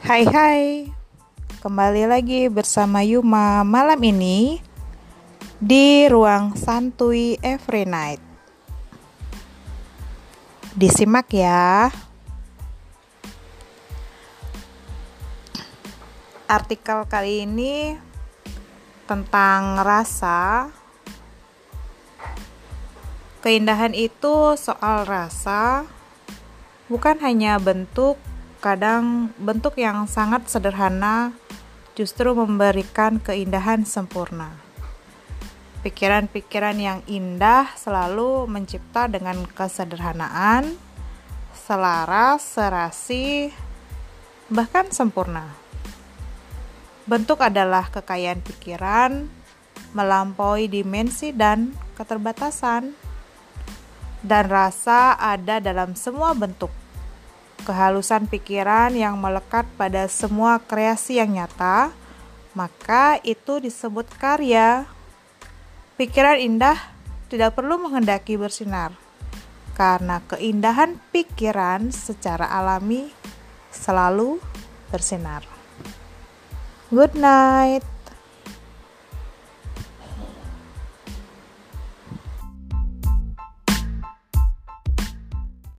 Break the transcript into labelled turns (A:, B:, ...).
A: Hai hai, kembali lagi bersama Yuma malam ini di ruang santuy every night. Disimak ya. Artikel kali ini tentang rasa. Keindahan itu soal rasa, bukan hanya bentuk. Kadang bentuk yang sangat sederhana justru memberikan keindahan sempurna. Pikiran-pikiran yang indah selalu mencipta dengan kesederhanaan, selaras, serasi, bahkan sempurna. Bentuk adalah kekayaan pikiran, melampaui dimensi dan keterbatasan. Dan rasa ada dalam semua bentuk. Kehalusan pikiran yang melekat pada semua kreasi yang nyata, maka itu disebut karya. Pikiran indah tidak perlu menghendaki bersinar, karena keindahan pikiran secara alami selalu bersinar. Good night.